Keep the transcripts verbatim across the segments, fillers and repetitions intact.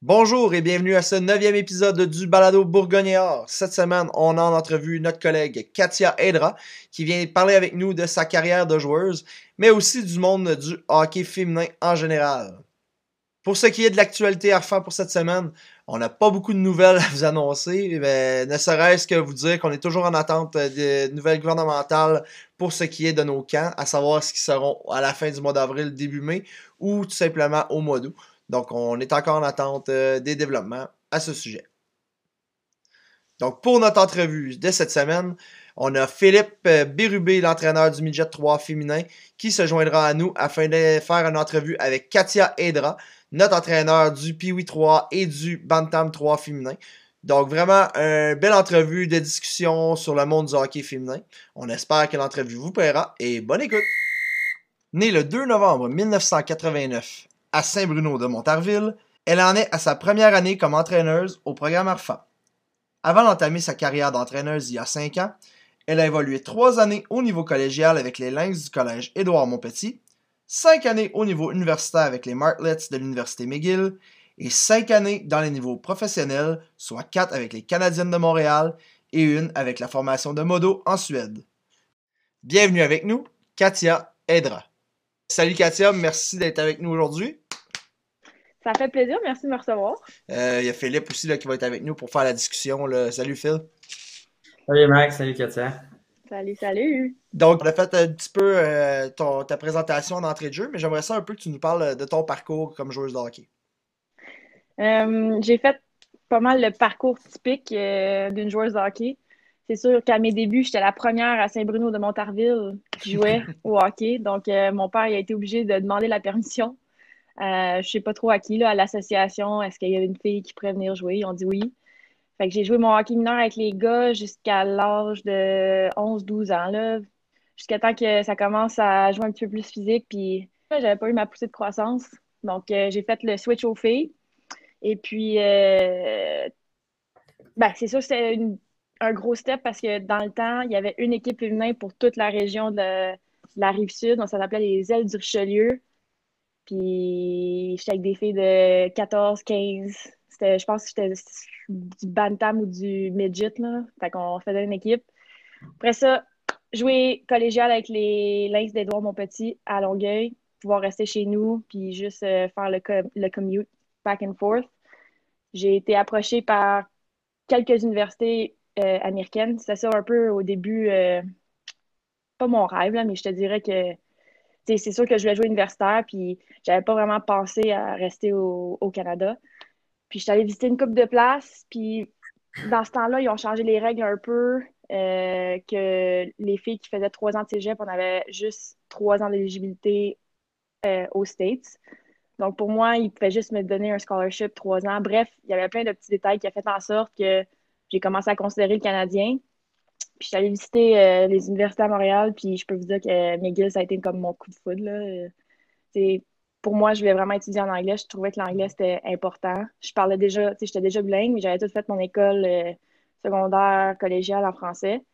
Bonjour et bienvenue à ce neuvième épisode du Balado Bourgognard. Cette semaine, on a en entrevue notre collègue Katia Aidra qui vient parler avec nous de sa carrière de joueuse, mais aussi du monde du hockey féminin en général. Pour ce qui est de l'actualité à refaire pour cette semaine, on n'a pas beaucoup de nouvelles à vous annoncer, mais ne serait-ce que vous dire qu'on est toujours en attente de nouvelles gouvernementales pour ce qui est de nos camps, à savoir ce qui seront à la fin du mois d'avril, début mai, ou tout simplement au mois d'août. Donc, on est encore en attente euh, des développements à ce sujet. Donc, pour notre entrevue de cette semaine, on a Philippe euh, Bérubé, l'entraîneur du Midget trois féminin, qui se joindra à nous afin de faire une entrevue avec Katia Aidra, notre entraîneur du Pee-Wee trois et du Bantam trois féminin. Donc, vraiment, une belle entrevue de discussion sur le monde du hockey féminin. On espère que l'entrevue vous plaira et bonne écoute! Née le deux novembre mille neuf cent quatre-vingt-neuf à Saint-Bruno de Montarville, elle en est à sa première année comme entraîneuse au programme ARFA. Avant d'entamer sa carrière d'entraîneuse il y a cinq ans, elle a évolué trois années au niveau collégial avec les Lynx du collège Édouard-Montpetit, cinq années au niveau universitaire avec les Martlets de l'Université McGill et cinq années dans les niveaux professionnels, soit quatre avec les Canadiennes de Montréal et une avec la formation de Modo en Suède. Bienvenue avec nous, Katia Aidra. Salut Katia, merci d'être avec nous aujourd'hui. Ça fait plaisir, merci de me recevoir. Euh, Il y a Philippe aussi là, qui va être avec nous pour faire la discussion. Là. Salut Phil. Salut Max, salut Katia. Salut, salut. Donc, on a fait un petit peu euh, ton, ta présentation d'entrée de jeu, mais j'aimerais ça un peu que tu nous parles de ton parcours comme joueuse de hockey. Euh, j'ai fait pas mal le parcours typique euh, d'une joueuse de hockey. C'est sûr qu'à mes débuts, j'étais la première à Saint-Bruno de Montarville qui jouait au hockey. Donc, euh, mon père il a été obligé de demander la permission. Euh, je sais pas trop à qui, là, à l'association. Est-ce qu'il y avait une fille qui pourrait venir jouer? Ils ont dit oui. Fait que j'ai joué mon hockey mineur avec les gars jusqu'à l'âge de onze douze ans, là. Jusqu'à temps que ça commence à jouer un petit peu plus physique. Puis, là, j'avais pas eu ma poussée de croissance. Donc, euh, j'ai fait le switch aux filles. Et puis, euh, ben, c'est sûr que c'est une- un gros step parce que dans le temps, il y avait une équipe féminin pour toute la région de, la de la Rive-Sud. Donc, ça s'appelait les Ailes du Richelieu. Puis, j'étais avec des filles de quatorze, quinze. C'était, je pense que c'était du bantam ou du midget, là. Fait qu'on faisait une équipe. Après ça, jouer collégial avec les Lynx d'Édouard-Montpetit à Longueuil, pouvoir rester chez nous, puis juste euh, faire le, com- le commute back and forth. J'ai été approchée par quelques universités euh, américaines. C'était ça un peu au début, euh, pas mon rêve, là, mais je te dirais que tu sais, c'est sûr que je voulais jouer universitaire, puis j'avais pas vraiment pensé à rester au, au Canada. Puis je suis allée visiter une couple de places, puis dans ce temps-là, ils ont changé les règles un peu, euh, que les filles qui faisaient trois ans de cégep, on avait juste trois ans d'éligibilité euh, aux States. Donc pour moi, ils pouvaient juste me donner un scholarship trois ans. Bref, il y avait plein de petits détails qui ont fait en sorte que j'ai commencé à considérer le Canadien. Puis je suis allée visiter euh, les universités à Montréal, puis je peux vous dire que McGill, ça a été comme mon coup de foudre, là. Euh, c'est- pour moi, je voulais vraiment étudier en anglais. Je trouvais que l'anglais, c'était important. Je parlais déjà, tu sais, j'étais déjà bilingue, mais j'avais tout fait mon école euh, secondaire, collégiale en français.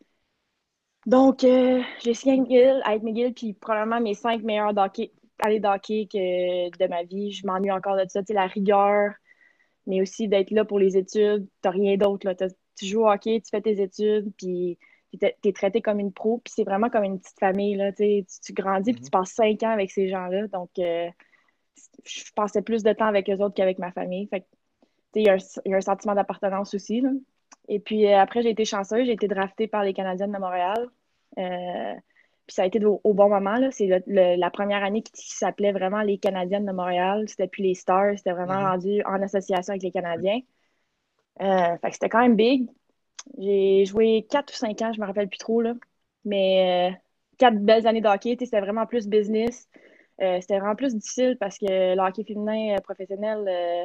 Donc, euh, j'ai signé avec McGill, avec McGill, puis probablement mes cinq meilleures d'hockey- années d'hockey que de ma vie. Je m'ennuie encore de ça. Tu sais, la rigueur, mais aussi d'être là pour les études. T'as rien d'autre, là. T'as- Tu joues au hockey, tu fais tes études, puis t'es t'es traité comme une pro, puis c'est vraiment comme une petite famille, là. Tu sais, tu, tu grandis, puis tu Mhm. passes cinq ans avec ces gens-là. Donc, euh, je passais plus de temps avec eux autres qu'avec ma famille. Fait que, tu sais, il y a un, il y a un sentiment d'appartenance aussi, là. Et puis euh, après, j'ai été chanceuse, j'ai été draftée par les Canadiennes de Montréal. Euh, puis ça a été au, au bon moment, là. C'est le- le- la première année qui, qui s'appelait vraiment les Canadiennes de Montréal. C'était plus les Stars, c'était vraiment Mhm. rendu en association avec les Canadiens. Euh, fait que c'était quand même big. J'ai joué quatre ou cinq ans, je me rappelle plus trop, là. Mais euh, quatre belles années de hockey, tu sais, c'était vraiment plus business. Euh, c'était vraiment plus difficile parce que le hockey féminin euh, professionnel, euh,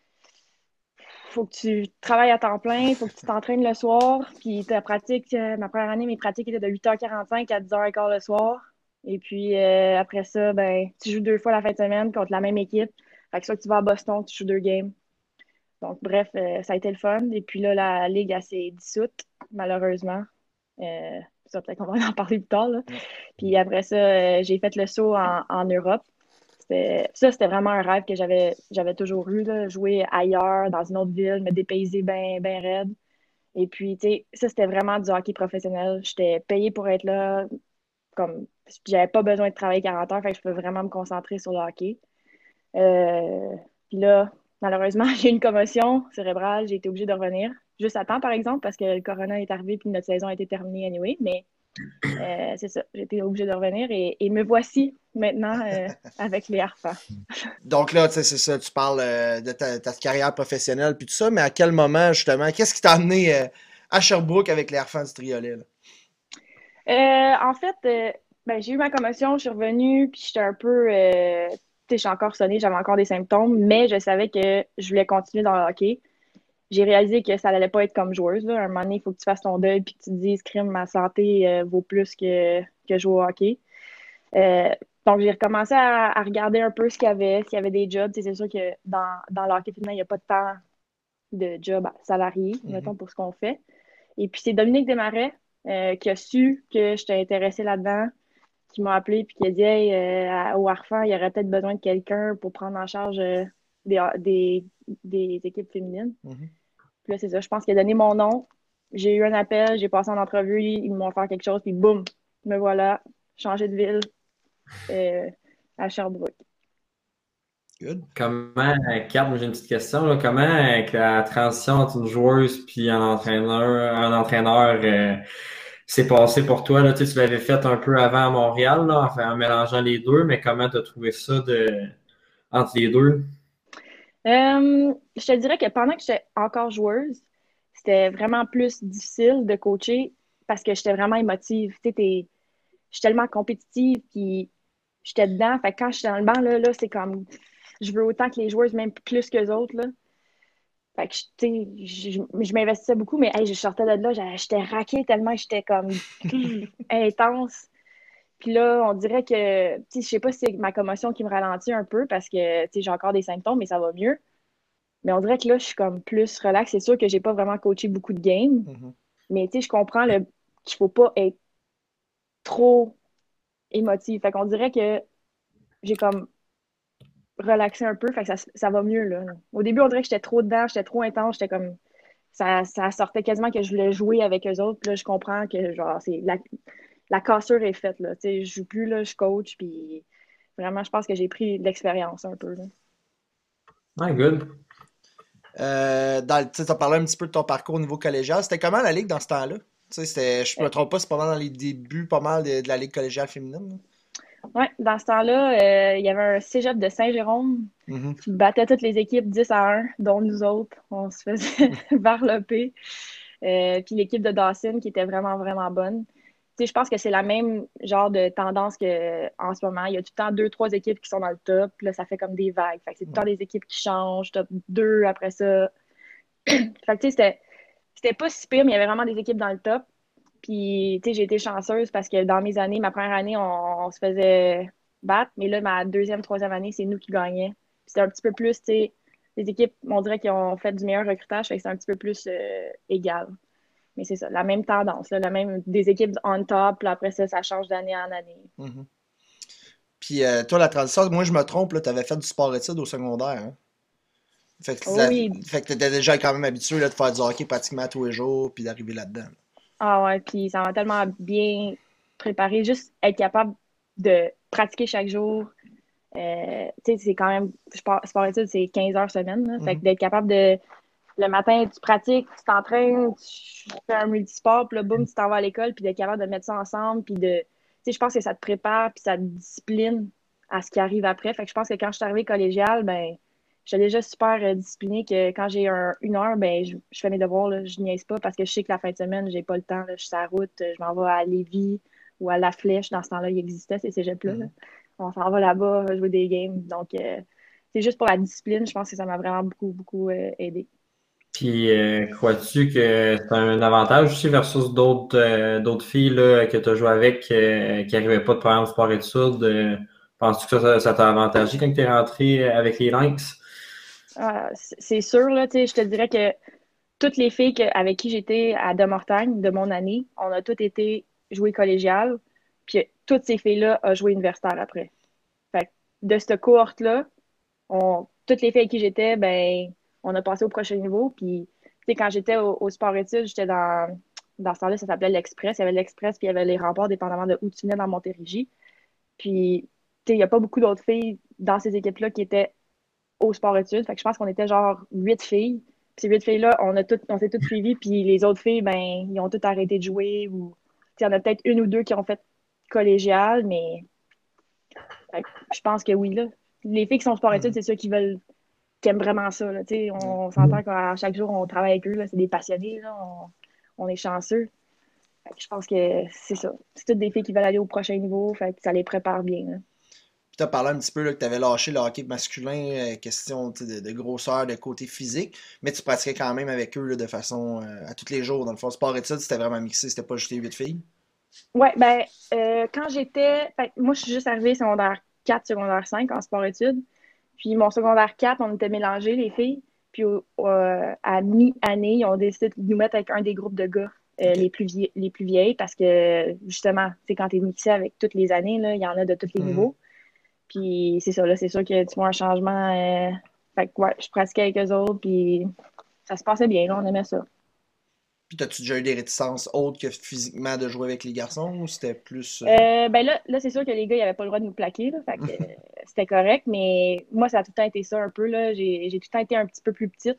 faut que tu travailles à temps plein, faut que tu t'entraînes le soir. Puis ta pratique, euh, ma première année, mes pratiques étaient de huit heures quarante-cinq à dix heures quinze le soir. Et puis euh, après ça, ben, tu joues deux fois la fin de semaine contre la même équipe. Fait que soit tu vas à Boston, tu joues deux games. Donc bref, euh, ça a été le fun. Et puis là, la ligue, elle s'est dissoute, malheureusement. Euh, ça, peut-être qu'on va en parler plus tard, là. Ouais. Puis après ça, euh, j'ai fait le saut en, en Europe. c'était ça, c'était vraiment un rêve que j'avais j'avais toujours eu, là, jouer ailleurs, dans une autre ville, me dépayser bien ben raide. Et puis, tu sais, ça, c'était vraiment du hockey professionnel. J'étais payée pour être là, comme, j'avais pas besoin de travailler quarante heures, fait que je peux vraiment me concentrer sur le hockey. Euh, Puis là, malheureusement, j'ai eu une commotion cérébrale, j'ai été obligée de revenir. Juste à temps, par exemple, parce que le corona est arrivé puis notre saison a été terminée anyway, mais euh, c'est ça, j'ai été obligée de revenir et, et me voici maintenant euh, avec les Harpans. Donc là, tu sais, c'est ça, tu parles euh, de ta, ta carrière professionnelle puis tout ça, mais à quel moment, justement, qu'est-ce qui t'a amené euh, à Sherbrooke avec les Harpans du Triolet, là? Euh, en fait, euh, ben, j'ai eu ma commotion, je suis revenue, puis j'étais un peu, euh, tu sais, je suis encore sonnée, j'avais encore des symptômes, mais je savais que je voulais continuer dans le hockey. J'ai réalisé que ça n'allait pas être comme joueuse, là. À un moment donné, il faut que tu fasses ton deuil, puis que tu te dises, crime, ma santé euh, vaut plus que, que jouer au hockey. Euh, donc, j'ai recommencé à, à regarder un peu ce qu'il y avait, s'il y avait des jobs. Tu sais, c'est sûr que dans, dans le hockey féminin, il n'y a pas de temps de job salarié, Mhm. mettons, pour ce qu'on fait. Et puis, c'est Dominique Desmarais euh, qui a su que j'étais intéressée là-dedans, qui m'a appelé puis qui a dit hey, euh, au Harfang, il y aurait peut-être besoin de quelqu'un pour prendre en charge euh, des, des, des équipes féminines. Mhm. Puis là, c'est ça. Je pense qu'il a donné mon nom. J'ai eu un appel, j'ai passé en entrevue, ils m'ont fait quelque chose, puis boum, me voilà, changé de ville euh, à Sherbrooke. Good. Comment, euh, Kat, moi j'ai une petite question, là. Comment euh, que la transition entre une joueuse puis un entraîneur, un entraîneur euh, s'est passé pour toi, là? Tu sais, tu l'avais fait un peu avant à Montréal, là, enfin, en mélangeant les deux, mais comment tu as trouvé ça de entre les deux? Euh, je te dirais que pendant que j'étais encore joueuse, c'était vraiment plus difficile de coacher parce que j'étais vraiment émotive. Tu sais, t'es- je suis tellement compétitive, puis j'étais dedans. Fait que quand j'étais dans le banc, là, là, c'est comme, je veux autant que les joueuses, même plus que les autres, là. Fait que, tu sais, je, je- je m'investissais beaucoup, mais hey, je sortais de là, j'a- j'étais raquée tellement que j'étais comme pff, intense. Puis là, on dirait que, tu sais, je sais pas si c'est ma commotion qui me ralentit un peu parce que, tu sais, j'ai encore des symptômes, mais ça va mieux. Mais on dirait que là, je suis comme plus relax. C'est sûr que j'ai pas vraiment coaché beaucoup de games, Mhm. mais tu sais, je comprends le, qu'il faut pas être trop émotif. Fait qu'on dirait que j'ai comme relaxé un peu, fait que ça, ça va mieux, là. Au début, on dirait que j'étais trop dedans, j'étais trop intense, j'étais comme, ça, ça sortait quasiment que je voulais jouer avec eux autres. Puis là, je comprends que, genre, c'est la, la cassure est faite, là. Tu sais, je joue plus, là, je coach, puis vraiment, je pense que j'ai pris de l'expérience un peu, là. Ah, good. Euh, dans, le- tu as parlé un petit peu de ton parcours au niveau collégial. C'était comment la ligue dans ce temps-là? Tu sais, c'était, je me trompe pas, c'est pas mal dans les débuts, pas mal de, de la ligue collégiale féminine, là. Ouais, dans ce temps-là, euh, il y avait un cégep de Saint-Jérôme Mhm. qui battait toutes les équipes dix à un, dont nous autres. On se faisait varloper. Euh, puis l'équipe de Dawson qui était vraiment, vraiment bonne. Tu sais, je pense que c'est la même genre de tendance qu'en ce moment. Il y a tout le temps deux, trois équipes qui sont dans le top. Puis là, ça fait comme des vagues. Fait que c'est tout le temps des équipes qui changent. Top deux après ça. Fait que tu sais, c'était, c'était pas si pire, mais il y avait vraiment des équipes dans le top. Puis, tu sais, j'ai été chanceuse parce que dans mes années, ma première année, on, on se faisait battre. Mais là, ma deuxième, troisième année, c'est nous qui gagnions. Puis c'était un petit peu plus, tu sais, les équipes, on dirait qu'ils ont fait du meilleur recrutage. Fait que c'est un petit peu plus euh, égal. Mais c'est ça, la même tendance, là, la même, des équipes on top, puis après ça, ça change d'année en année. Mhm. Puis euh, toi, la transition, moi je me trompe, là, t'avais fait du sport-études au secondaire, hein? Fait que, Oh la- oui, fait que t'étais déjà quand même habitué là, de faire du hockey pratiquement tous les jours, puis d'arriver là-dedans. ah ouais, puis ça m'a tellement bien préparé, juste être capable de pratiquer chaque jour. Euh, tu sais, c'est quand même, sport, sport études, c'est quinze heures semaine, là. Fait que Mhm. d'être capable de, le matin, tu pratiques, tu t'entraînes, tu fais un multisport, puis là, boum, tu t'en vas à l'école, puis d'être capable de mettre ça ensemble, puis de, tu sais, je pense que ça te prépare, puis ça te discipline à ce qui arrive après. Fait que je pense que quand je suis arrivée collégiale, ben, j'étais déjà super euh, disciplinée que quand j'ai un- une heure, ben, je, je fais mes devoirs, là, je niaise pas parce que je sais que la fin de semaine, j'ai pas le temps, là, je suis sur la route, je m'en vais à Lévis ou à La Flèche. Dans ce temps-là, il existait ces cégeps-là, là. Mhm. On s'en va là-bas jouer des games. Donc, euh, c'est juste pour la discipline, je pense que ça m'a vraiment beaucoup, beaucoup euh, aidé. Puis, euh, crois-tu que c'est un avantage aussi versus d'autres euh, d'autres filles là, que tu as joué avec euh, qui n'arrivaient pas de programme sport-études? Euh, penses-tu que ça ça t'a avantagé quand tu es rentré avec les Lynx? Ah, c- c'est sûr, là, tu sais, je te dirais que toutes les filles que- avec qui j'étais à De Mortagne de mon année, on a toutes été jouées collégiales, puis toutes ces filles-là ont joué universitaire après. Fait que de cette cohorte-là, on, toutes les filles avec qui j'étais, ben, on a passé au prochain niveau. Puis, tu sais, quand j'étais au, au sport-études, j'étais dans, dans ce temps-là, ça s'appelait l'Express. Il y avait l'Express, puis il y avait les remparts, dépendamment de où tu venais dans Montérégie. Puis, tu sais, il n'y a pas beaucoup d'autres filles dans ces équipes-là qui étaient au sport-études. Fait que je pense qu'on était genre huit filles. Puis ces huit filles-là, on a toutes, on s'est toutes suivies. Puis les autres filles, ben, ils ont toutes arrêté de jouer. Ou, il y en a peut-être une ou deux qui ont fait collégial, mais fait que je pense que oui, là. Les filles qui sont au sport-études, Mhm. c'est ceux qui veulent, qui aiment vraiment ça, là. Tu sais, Ouais. on s'entend qu'à chaque jour, on travaille avec eux, là. C'est des passionnés, là. On, on est chanceux. Fait que je pense que c'est ça. C'est toutes des filles qui veulent aller au prochain niveau. Fait que ça les prépare bien, là. Puis tu as parlé un petit peu là, que tu avais lâché le hockey masculin, euh, question tu sais, de, de grosseur, de côté physique, mais tu pratiquais quand même avec eux là, de façon euh, à tous les jours. Dans le fond, sport-études, c'était vraiment mixé, c'était pas juste les huit filles. Ouais, ben, euh, quand j'étais. Fait que moi, je suis juste arrivée secondaire quatre, secondaire cinq en sport-études. Puis mon secondaire quatre, on était mélangés, les filles. Puis au- euh, à mi-année, ils ont décidé de nous mettre avec un des groupes de gars euh, OK. les plus vie- les plus vieilles parce que justement, c'est quand tu es mixé avec toutes les années, là, il y en a de tous les Mhm. niveaux. Puis c'est ça, là, c'est sûr que tu vois un changement. euh, Fait que ouais, je pratiquais avec eux autres, puis ça se passait bien, là, on aimait ça. Puis t'as-tu déjà eu des réticences autres que physiquement de jouer avec les garçons ou c'était plus. euh, Euh, ben là, là c'est sûr que les gars, ils n'avaient pas le droit de nous plaquer, là, fait que euh, c'était correct, mais moi, ça a tout le temps été ça un peu, là. J'ai, j'ai tout le temps été un petit peu plus petite.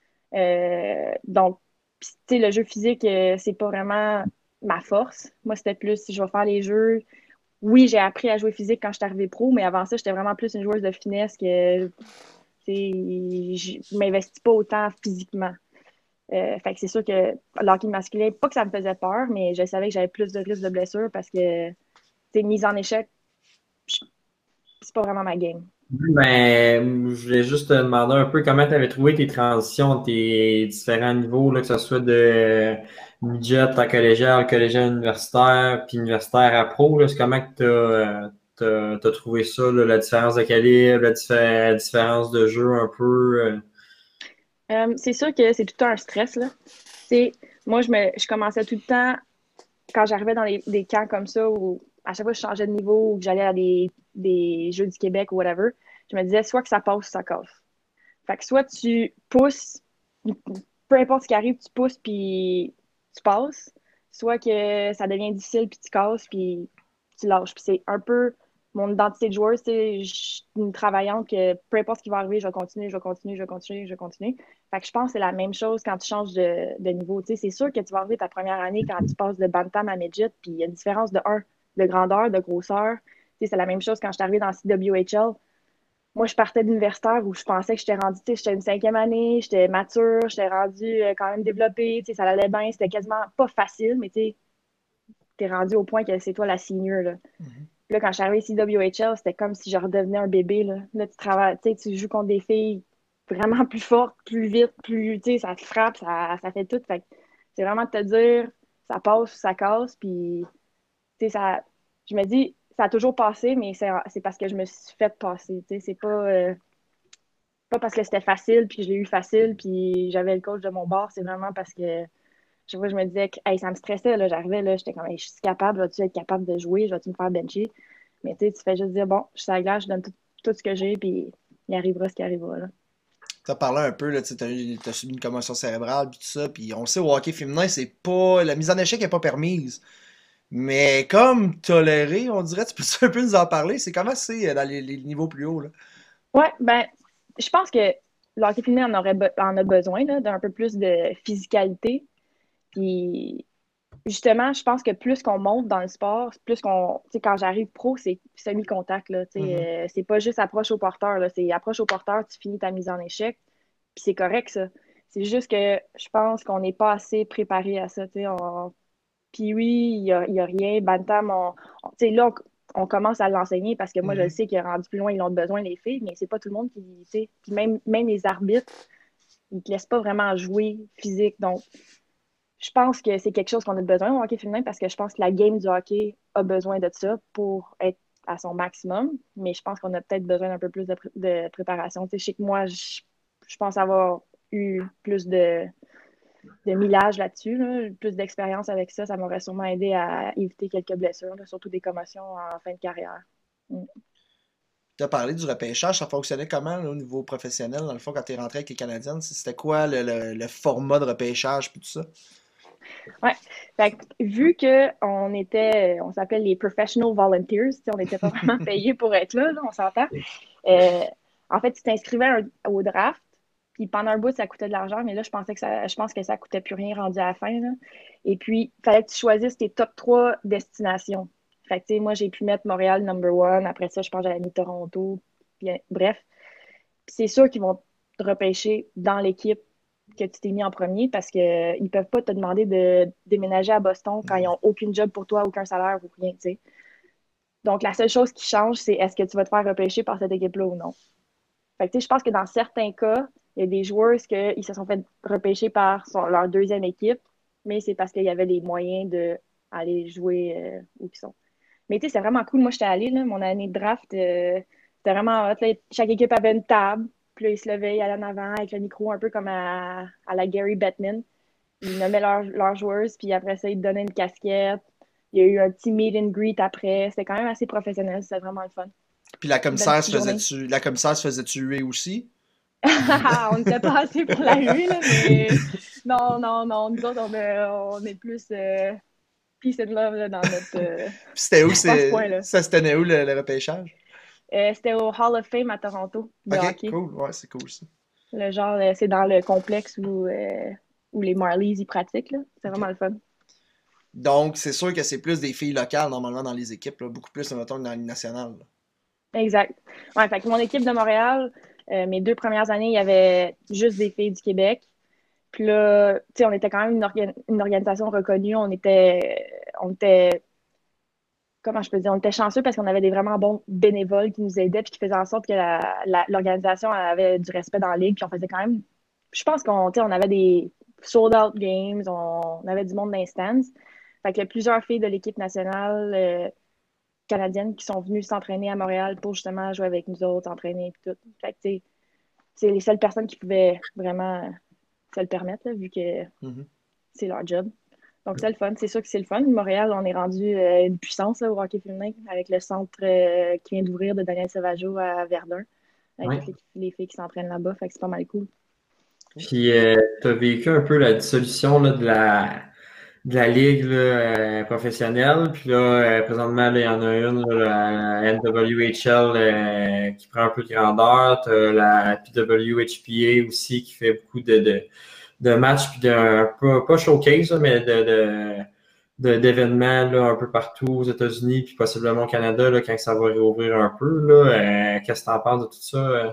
Euh, donc, pis, tu sais, le jeu physique, euh, c'est pas vraiment ma force. Moi, c'était plus si je vais faire les jeux. Oui, j'ai appris à jouer physique quand je suis arrivée pro, mais avant ça, j'étais vraiment plus une joueuse de finesse que, tu sais, je m'investis pas autant physiquement. Euh, fait que c'est sûr que le hockey masculin, pas que ça me faisait peur, mais je savais que j'avais plus de risques de blessure parce que, tu sais, mise en échec, je- c'est pas vraiment ma game. Ben, je voulais juste te demander un peu comment tu avais trouvé tes transitions, tes différents niveaux, là, que ce soit de midget à collégial, collégial universitaire, puis universitaire à pro. Là, c'est comment que tu as, t'as, t'as trouvé ça, là, la différence de calibre, la, diffé- la différence de jeu un peu. euh. Euh, c'est sûr que c'est tout le temps un stress, là. Tu sais, moi, je me, je commençais tout le temps, quand j'arrivais dans les, des camps comme ça, où à chaque fois que je changeais de niveau ou que j'allais à des, des Jeux du Québec ou whatever, je me disais soit que ça passe ou ça casse. Fait que soit tu pousses, peu importe ce qui arrive, tu pousses puis tu passes, soit que ça devient difficile puis tu casses puis tu lâches. Puis c'est un peu mon identité de joueur, c'est je suis une travaillante que peu importe ce qui va arriver, je vais continuer, je vais continuer, je vais continuer, je vais continuer. Fait que je pense que c'est la même chose quand tu changes de, de niveau. Tu sais, c'est sûr que tu vas arriver ta première année quand tu passes de bantam à midget, puis il y a une différence de un, de grandeur, de grosseur. Tu sais, c'est la même chose quand je suis arrivée dans C W H L. Moi, je partais d'universitaire où je pensais que j'étais rendue, tu sais, j'étais une cinquième année, j'étais mature, j'étais rendue euh, quand même développée, tu sais, ça allait bien, c'était quasiment pas facile, mais tu sais, t'es rendu au point que c'est toi la senior, là. Mhm. Puis là, quand je suis arrivée ici W H L, c'était comme si je redevenais un bébé, là. Là, tu travailles, tu sais, tu joues contre des filles vraiment plus fortes, plus vite, plus, tu sais, ça te frappe, ça, ça fait tout. Fait que c'est vraiment de te dire, ça passe ou ça casse, puis, tu sais, ça, je me dis, ça a toujours passé, mais c'est c'est parce que je me suis fait passer, tu sais, c'est pas... euh, pas parce que c'était facile, puis je l'ai eu facile, puis j'avais le coach de mon bord, c'est vraiment parce que chaque fois, je me disais que hey, ça me stressait, là, j'arrivais, là, j'étais comme, hey, je suis capable, vas-tu être capable de jouer, vas-tu me faire bencher? Mais tu sais, tu fais juste dire, bon, je suis à la glace, je donne tout, tout ce que j'ai, puis il arrivera ce qui arrivera, là. T'as parlé un peu, là, tu as, eu- t'as subi une commotion cérébrale, puis tout ça, puis on le sait, au hockey féminin, c'est pas. La mise en échec est pas permise. Mais comme toléré, on dirait, tu peux un peu nous en parler. C'est comment c'est euh, dans les, les niveaux plus hauts, là? Ouais, ben, je pense que le hockey féminin en, aurait be- en a besoin, là, d'un peu plus de physicalité. Puis justement, je pense que plus qu'on monte dans le sport, plus qu'on. Tu sais, quand j'arrive pro, c'est semi-contact, là. Tu Mhm. sais, euh, c'est pas juste approche au porteur, là. C'est approche au porteur, tu finis ta mise en échec. Puis c'est correct, ça. C'est juste que je pense qu'on n'est pas assez préparé à ça, tu sais. On... Puis oui, il y a, il y a rien. Bantam, on, on- tu sais, là, on, on commence à l'enseigner parce que moi, je Mhm. sais qu'il a rendu plus loin, ils ont besoin, les filles, mais c'est pas tout le monde qui, tu sais. Puis même, même les arbitres, ils te laissent pas vraiment jouer physique. Donc, je pense que c'est quelque chose qu'on a besoin au hockey féminin parce que je pense que la game du hockey a besoin de ça pour être à son maximum. Mais je pense qu'on a peut-être besoin d'un peu plus de, pr- de préparation. Tu sais, je sais que moi, je, je pense avoir eu plus de, de millage là-dessus, là, plus d'expérience avec ça. Ça m'aurait sûrement aidé à éviter quelques blessures, là, surtout des commotions en fin de carrière. Mm. tu as parlé du repêchage, ça fonctionnait comment là, au niveau professionnel, dans le fond, quand tu es rentré avec les Canadiens? C'était quoi le, le, le format de repêchage puis tout ça? Ouais. Fait que, vu qu'on était, on s'appelle les professional volunteers, on n'était pas vraiment payés pour être là, là on s'entend. Euh, en fait, tu t'inscrivais un- au draft, puis pendant un bout, ça coûtait de l'argent, mais là, je pensais que ça, je pense que ça coûtait plus rien rendu à la fin, là. Et puis, il fallait que tu choisisses tes top trois destinations. Fait que, tu sais, moi, j'ai pu mettre Montréal number one. Après ça, je pense que j'avais mis Toronto. Puis, euh, bref. Puis c'est sûr qu'ils vont te repêcher dans l'équipe que tu t'es mis en premier parce qu'ils ne peuvent pas te demander de déménager à Boston quand ils n'ont aucune job pour toi, aucun salaire ou rien, tu sais. Donc, la seule chose qui change, c'est est-ce que tu vas te faire repêcher par cette équipe-là ou non. Fait que, tu sais, je pense que dans certains cas, il y a des joueurs qui se sont fait repêcher par son- leur deuxième équipe, mais c'est parce qu'il y avait les moyens d'aller jouer euh, où ils sont. Mais tu sais, c'est vraiment cool. Moi, j'étais allée, là, mon année de draft, euh, c'était vraiment hot, là. Chaque équipe avait une table, puis là, ils se levaient, ils allaient en avant avec le micro, un peu comme à, à la Gary Bettman. Ils nommaient leurs leurs joueurs, puis après ça, ils te donnaient une casquette. Il y a eu un petit meet and greet après. C'était quand même assez professionnel, c'était vraiment le fun. Puis la Une belle commissaire se petite journée. faisait-tu, la commissaire se faisait tuer aussi? On n'était pas assez pour la huée, là, mais non, non, non. Nous autres, on, est- on est plus euh, peace and love là, dans notre. euh, Puis c'était où, Pas à ce c'est, point-là. ça se tenait où le, le repêchage? Euh, c'était au Hall of Fame à Toronto de Ok, hockey. cool, ouais, c'est cool ça. Le genre, euh, c'est dans le complexe où, euh, où les Marlies y pratiquent, là. C'est Ok. vraiment le fun. Donc, c'est sûr que c'est plus des filles locales normalement dans les équipes, là, beaucoup plus, mettons, que dans la Ligue nationale. Là. Exact. Ouais, fait que mon équipe de Montréal, euh, mes deux premières années, il y avait juste des filles du Québec. Puis là, tu sais, on était quand même une, orga- une organisation reconnue. On était, on était, comment je peux dire, on était chanceux parce qu'on avait des vraiment bons bénévoles qui nous aidaient puis qui faisaient en sorte que la- la- l'organisation avait du respect dans la ligue. Puis on faisait quand même, je pense qu'on, tu sais, on avait des sold out games, on, on avait du monde d'instance. Fait que y a plusieurs filles de l'équipe nationale euh, canadienne qui sont venues s'entraîner à Montréal pour justement jouer avec nous autres, s'entraîner et tout. Fait que, tu sais, c'est les seules personnes qui pouvaient vraiment se le permettre, là, vu que Mhm. c'est leur job. Donc, c'est le fun. C'est sûr que c'est le fun. Montréal, on est rendu euh, une puissance là, au hockey féminin avec le centre euh, qui vient d'ouvrir de Daniel Sauvageau à Verdun, avec Oui. toutes les, les filles qui s'entraînent là-bas. Fait que c'est pas mal cool. Puis, euh, tu as vécu un peu la dissolution là, de la, de la ligue là, euh, professionnelle. Puis là, euh, présentement, là, il y en a une, là, la N W H L, euh, qui prend un peu de grandeur. Tu as la P W H P A aussi qui fait beaucoup de, de, de matchs, puis de, pas, pas showcase, là, mais de, de, de- d'événements là, un peu partout aux États-Unis, puis possiblement au Canada, là, quand ça va réouvrir un peu. Là. Euh, qu'est-ce que tu en penses de tout ça? euh?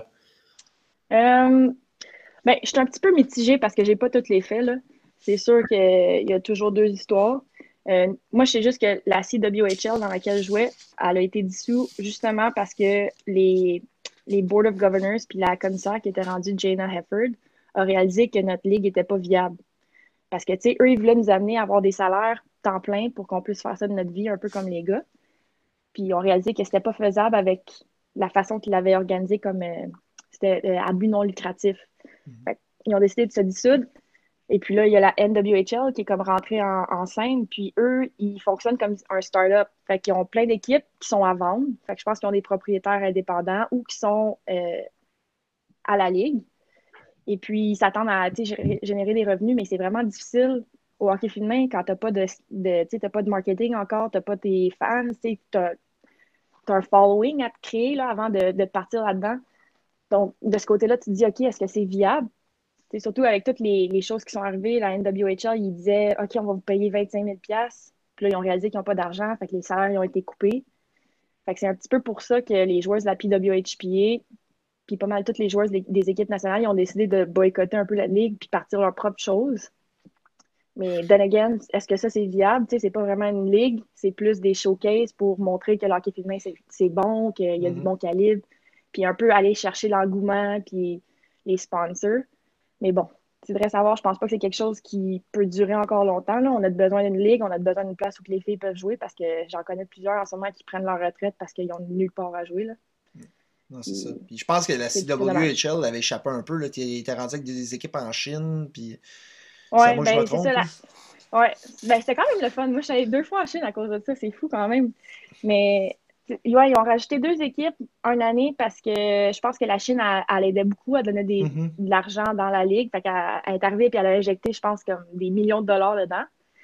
Euh, ben, je suis un petit peu mitigée parce que j'ai pas tous les faits, là. C'est sûr qu'il y a toujours deux histoires. Euh, moi, je sais juste que la C W H L dans laquelle je jouais, elle a été dissoute justement parce que les, les Board of Governors puis la commissaire qui était rendue Jana Hefford a réalisé que notre ligue était pas viable. Parce que, tu sais, eux, ils voulaient nous amener à avoir des salaires temps plein pour qu'on puisse faire ça de notre vie, un peu comme les gars. Puis ils ont réalisé que c'était pas faisable avec la façon qu'ils l'avaient organisé comme euh, c'était euh, à but non lucratif. Mhm. Fait ils ont décidé de se dissoudre. Et puis là, il y a la N W H L qui est comme rentrée en, en scène. Puis eux, ils fonctionnent comme un start-up. Fait qu'ils ont plein d'équipes qui sont à vendre. Fait que je pense qu'ils ont des propriétaires indépendants ou qui sont euh, à la ligue. Et puis, ils s'attendent à tu sais, gé- générer des revenus, mais c'est vraiment difficile au hockey féminin quand tu n'as pas de, de, tu sais, t'as pas de marketing encore, tu n'as pas tes fans, tu as, un following à te créer là, avant de, de partir là-dedans. Donc, de ce côté-là, tu te dis, OK, est-ce que c'est viable? C'est surtout avec toutes les, les choses qui sont arrivées, la N W H L, ils disaient, OK, on va vous payer vingt-cinq mille. Puis là, ils ont réalisé qu'ils n'ont pas d'argent, fait que les salaires ils ont été coupés. Fait que c'est un petit peu pour ça que les joueurs de la P W H P A, puis pas mal toutes les joueuses des, des équipes nationales, ils ont décidé de boycotter un peu la ligue puis partir leur propre chose. Mais then again, est-ce que ça c'est viable? Tu sais, c'est pas vraiment une ligue, c'est plus des showcases pour montrer que le hockey féminin c'est, c'est bon, qu'il y a du Mhm. bon calibre, puis un peu aller chercher l'engouement puis les sponsors. Mais bon, tu devrais savoir, je pense pas que c'est quelque chose qui peut durer encore longtemps. Là. On a besoin d'une ligue, on a besoin d'une place où que les filles peuvent jouer parce que j'en connais plusieurs en ce moment qui prennent leur retraite parce qu'ils ont nulle part à jouer. Là. Non, c'est ça. Puis Puis je pense que la c'est, c'est dommage. C W H L avait échappé un peu. Là. Il était rendu avec des équipes en Chine. Puis c'est à Ouais, moi que je me ben c'est ça. trompe. Là. La... Ouais, ben c'était quand même le fun. Moi, je suis allée deux fois en Chine à cause de ça. C'est fou quand même. Mais Ouais, ils ont rajouté deux équipes une année parce que je pense que la Chine, elle, elle aidait beaucoup à donner des, Mhm. de l'argent dans la ligue. Fait qu'elle elle est arrivée et elle a injecté, je pense, comme des millions de dollars dedans.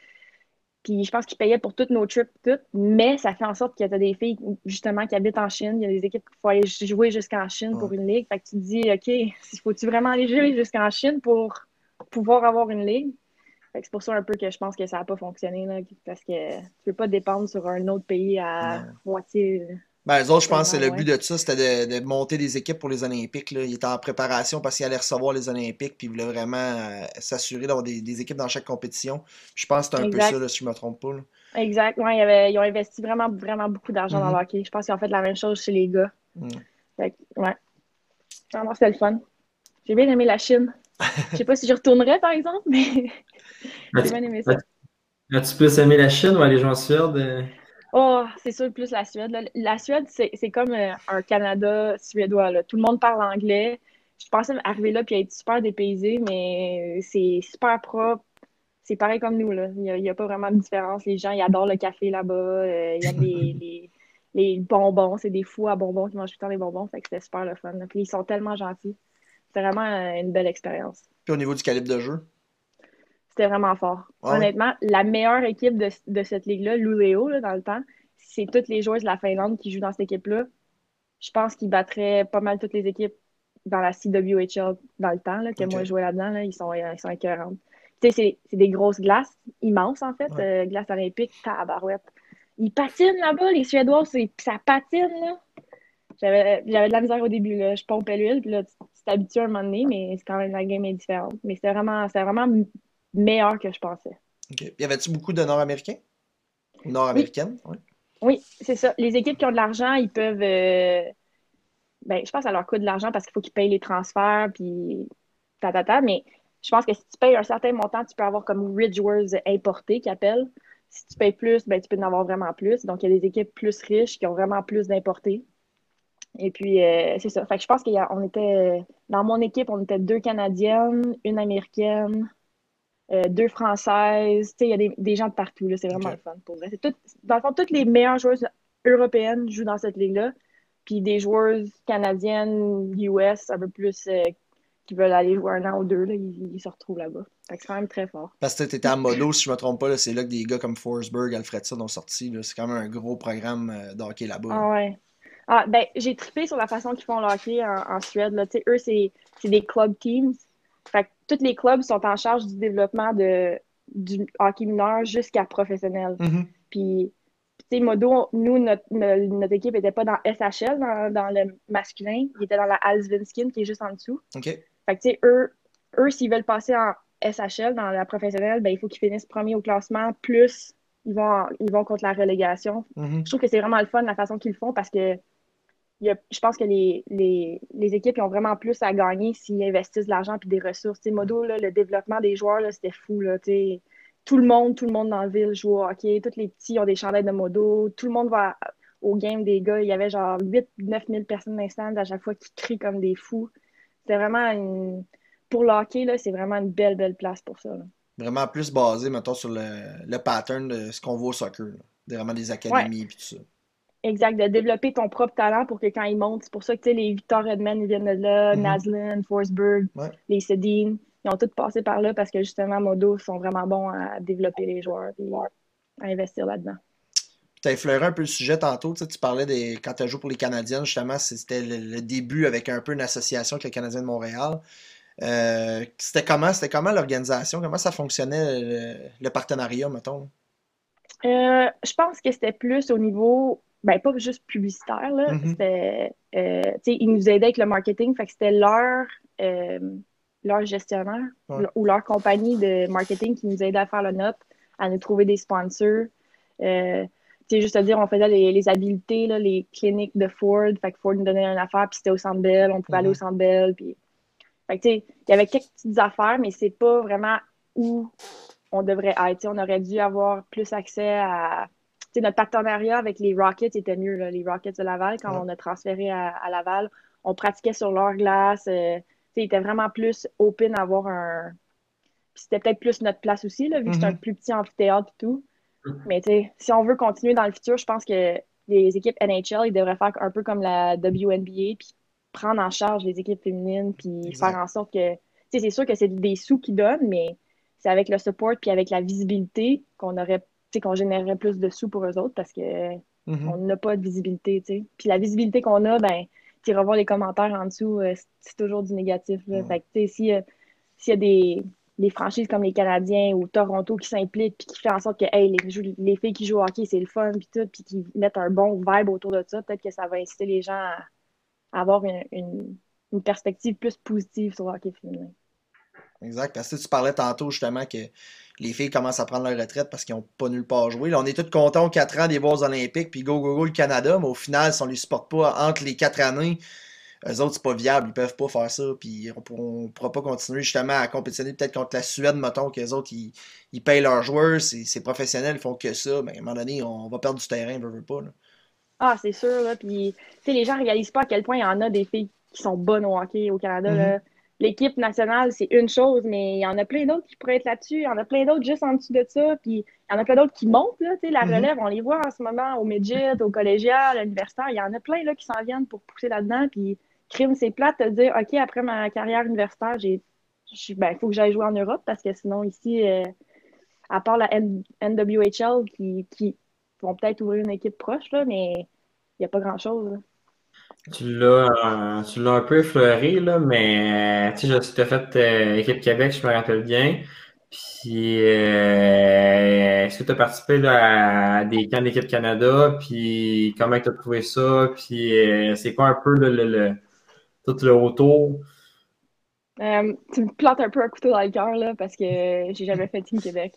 Puis je pense qu'ils payaient pour toutes nos trips, toutes. Mais ça fait en sorte qu'il y a des filles, justement, qui habitent en Chine. Il y a des équipes qu'il faut aller jouer jusqu'en Chine Ouais. pour une ligue. Fait que tu te dis, OK, faut-tu vraiment aller jouer jusqu'en Chine pour pouvoir avoir une ligue? Fait que c'est pour ça un peu que je pense que ça n'a pas fonctionné, là, parce que tu peux pas dépendre sur un autre pays à Non. moitié Ben, les autres, je pense que tellement le loin. but de ça, c'était de, de monter des équipes pour les Olympiques, là. Ils étaient en préparation parce qu'ils allaient recevoir les Olympiques, puis ils voulaient vraiment euh, s'assurer d'avoir des, des équipes dans chaque compétition. Je pense que c'est un peu ça, Exact. là, si je me trompe pas, là. Exact. Ouais, il y avait, ils ont investi vraiment, vraiment beaucoup d'argent dans le Mhm. hockey. Je pense qu'ils ont fait la même chose chez les gars. Mm. Fait que, ouais. Non, non, c'était le fun. J'ai bien aimé la Chine. Je sais pas si je retournerais, par exemple, mais j'ai As-tu bien aimé ça. as-tu plus aimé la Chine ou aller jouer en Suède? euh? Oh, c'est sûr, plus la Suède, là. La Suède, c'est c'est comme euh, un Canada suédois, là. Tout le monde parle anglais. Je pensais arriver là puis être super dépaysé, mais c'est super propre. C'est pareil comme nous, là. Il n'y a, il y a pas vraiment de différence. Les gens, ils adorent le café là-bas. Euh, ils aiment les, les, les bonbons. C'est des fous à bonbons qui mangent tout le temps des bonbons. Fait que c'était super le fun, là. Puis ils sont tellement gentils. C'était vraiment euh, une belle expérience. Puis au niveau du calibre de jeu. C'était vraiment fort. Ah oui? Honnêtement, la meilleure équipe de, de cette ligue-là, Luleå, là, dans le temps, c'est toutes les joueuses de la Finlande qui jouent dans cette équipe-là. Je pense qu'ils battraient pas mal toutes les équipes dans la C W H L dans le temps, là, que moi je OK. jouais là-dedans. Là, ils sont, euh, ils sont écœurants. Tu sais, c'est c'est des grosses glaces immenses, en fait, Ouais. euh, glaces olympiques, tabarouette. Ils patinent là-bas, les Suédois, c'est- ça patine, là. J'avais j'avais de la misère au début, là. Je pompais l'huile, puis là, tu tu t'habitues à un moment donné, mais c'est quand même, la game est différente. Mais c'était vraiment, c'était vraiment m- meilleur que je pensais. OK. Y avait-tu beaucoup de Nord-Américains? Ou Oui, Nord-Américaines? Ouais. oui, c'est ça. Les équipes qui ont de l'argent, ils peuvent. euh, ben, je pense que ça leur coûte de l'argent parce qu'il faut qu'ils payent les transferts, puis ta, ta, ta. Mais je pense que si tu payes un certain montant, tu peux avoir comme Ridgeworth importé, qu'ils appellent. Si tu payes plus, ben, tu peux en avoir vraiment plus. Donc, il y a des équipes plus riches qui ont vraiment plus d'importés. Et puis, euh, c'est ça. Fait que je pense qu'on était, dans mon équipe, on était deux Canadiennes, une Américaine, euh, deux Françaises. Tu sais, il y a des, des gens de partout, là. C'est vraiment le OK. fun, pour vrai. C'est tout, dans le fond, toutes les meilleures joueuses européennes jouent dans cette ligue-là. Puis des joueuses canadiennes, U S, un peu plus, euh, qui veulent aller jouer un an ou deux, là, ils, ils se retrouvent là-bas. Fait que c'est quand même très fort. Parce que t'étais à Modo, si je me trompe pas, là, c'est là que des gars comme Forsberg, Alfredson ont sorti, là. C'est quand même un gros programme euh, de hockey là-bas, là. Ah ouais. Ah, ben, j'ai trippé sur la façon qu'ils font le hockey en, en Suède, là. Tu sais, eux, c'est c'est des club teams. Fait que tous les clubs sont en charge du développement de, du hockey mineur jusqu'à professionnel. Mhm. Puis, tu sais, Modo, nous, notre, notre, notre équipe n'était pas dans S H L, dans, dans le masculin. Il était dans la Allsvenskan, qui est juste en dessous. OK. Fait que, tu sais, eux, eux s'ils veulent passer en S H L, dans la professionnelle, ben, il faut qu'ils finissent premier au classement, plus ils vont, ils vont contre la relégation. Je Mhm. trouve que c'est vraiment le fun, la façon qu'ils le font, parce que il y a- je pense que les, les, les équipes ils ont vraiment plus à gagner s'ils investissent de l'argent et des ressources. Tu sais, Modo, là, le développement des joueurs, là, c'était fou. Là, tu sais. Tout le monde, tout le monde dans la ville joue au hockey. Tous les petits ont des chandails de Modo. Tout le monde va au game des gars. Il y avait genre huit neuf mille personnes d'instant à chaque fois qui crient comme des fous. C'était vraiment une... Pour le hockey, là, c'est vraiment une belle, belle place pour ça. Là. Vraiment plus basé, mettons, sur le, le pattern de ce qu'on voit au soccer, là. Des- Vraiment des Ouais, académies et tout ça. exact, de développer ton propre talent pour que quand ils montent, c'est pour ça que tu sais, les Victor Edmond, ils viennent de là, Mhm. Naslin, Forsberg, Ouais. les Sedin, ils ont tous passé par là parce que justement, Modo sont vraiment bons à développer les joueurs et à investir là-dedans. Tu as effleuré un peu le sujet tantôt, tu sais, tu parlais des quand tu as joué pour les Canadiens, justement, c'était le, le début avec un peu une association avec le Canadien de Montréal. Euh, c'était comment, c'était comment l'organisation, comment ça fonctionnait le, le partenariat, mettons? Euh, je pense que c'était plus au niveau, ben pas juste publicitaire, là, Mhm. c'était, euh, tu sais, ils nous aidaient avec le marketing, fait que c'était leur, euh, leur gestionnaire Ouais. ou leur compagnie de marketing qui nous aidait à faire le note, à nous trouver des sponsors. Euh, tu sais, juste à dire, on faisait les, les habiletés, là, les cliniques de Ford, fait que Ford nous donnait une affaire, puis c'était au Centre Bell, on pouvait aller au Mhm. Centre Bell, puis... Fait que, tu sais, il y avait quelques petites affaires, mais c'est pas vraiment où on devrait être. T'sais, on aurait dû avoir plus accès à. T'sais, notre partenariat avec les Rockets était mieux, là, les Rockets de Laval, quand Ouais. on a transféré à, à Laval. On pratiquait sur leur glace. Euh, ils étaient vraiment plus open à avoir un. Puis c'était peut-être plus notre place aussi, là, vu que c'est un Mhm. plus petit amphithéâtre et tout. Mais t'sais, si on veut continuer dans le futur, je pense que les équipes N H L, ils devraient faire un peu comme la W N B A, puis prendre en charge les équipes féminines, puis Exact. faire en sorte que, tu sais, c'est sûr que c'est des sous qu'ils donnent, mais c'est avec le support puis avec la visibilité qu'on aurait, tu sais, qu'on générerait plus de sous pour eux autres parce que Mhm. on n'a pas de visibilité, tu sais. Puis la visibilité qu'on a, ben, tu iras voir les commentaires en dessous, euh, c'est c'est toujours du négatif, là. Mhm. Fait que, tu sais, si, euh, s'il y a des, des franchises comme les Canadiens ou Toronto qui s'impliquent puis qui fait en sorte que, hey, les, jou- les filles qui jouent au hockey, c'est le fun, puis tout, puis qui mettent un bon vibe autour de ça, peut-être que ça va inciter les gens à, à avoir une, une, une perspective plus positive sur le hockey féminin. Exact. Parce que tu parlais tantôt justement que les filles commencent à prendre leur retraite parce qu'ils n'ont pas nulle part à jouer. Là, on est tous contents aux quatre ans des voir aux Olympiques, puis go, go, go le Canada, mais au final, si on ne les supporte pas entre les quatre années, eux autres, c'est pas viable, ils peuvent pas faire ça, puis on ne pourra pas continuer justement à compétitionner peut-être contre la Suède, mettons, qu'eux autres, ils, ils payent leurs joueurs, c'est c'est professionnel, ils font que ça, mais à un moment donné, on va perdre du terrain, veut, veut pas. Là. Ah, c'est sûr, là. Puis, tu sais, les gens réalisent pas à quel point il y en a des filles qui sont bonnes au hockey au Canada, Mhm, là. L'équipe nationale, c'est une chose, mais il y en a plein d'autres qui pourraient être là-dessus. Il y en a plein d'autres juste en dessous de ça. Puis, il y en a plein d'autres qui montent, là. Tu sais, la mhm. relève, on les voit en ce moment au midget, au collégial, à l'universitaire. Il y en a plein, là, qui s'en viennent pour pousser là-dedans. Puis, crime, c'est plate de dire, OK, après ma carrière universitaire, j'ai, j'ai- ben, il faut que j'aille jouer en Europe parce que sinon, ici, euh, à part la N- NWHL qui, qui vont peut-être ouvrir une équipe proche, là, mais il n'y a pas grand-chose, là. Tu l'as euh, tu l'as un peu effleuré, là, mais tu sais, tu as fait euh, Équipe Québec, je me rappelle bien. Puis euh, est-ce que tu as participé là, à des camps d'équipe Canada? Puis comment tu as trouvé ça? Puis euh, c'est quoi un peu le, le, le- tout le retour? Euh, tu me plantes un peu un couteau dans le cœur, là, parce que j'ai jamais fait Team Québec.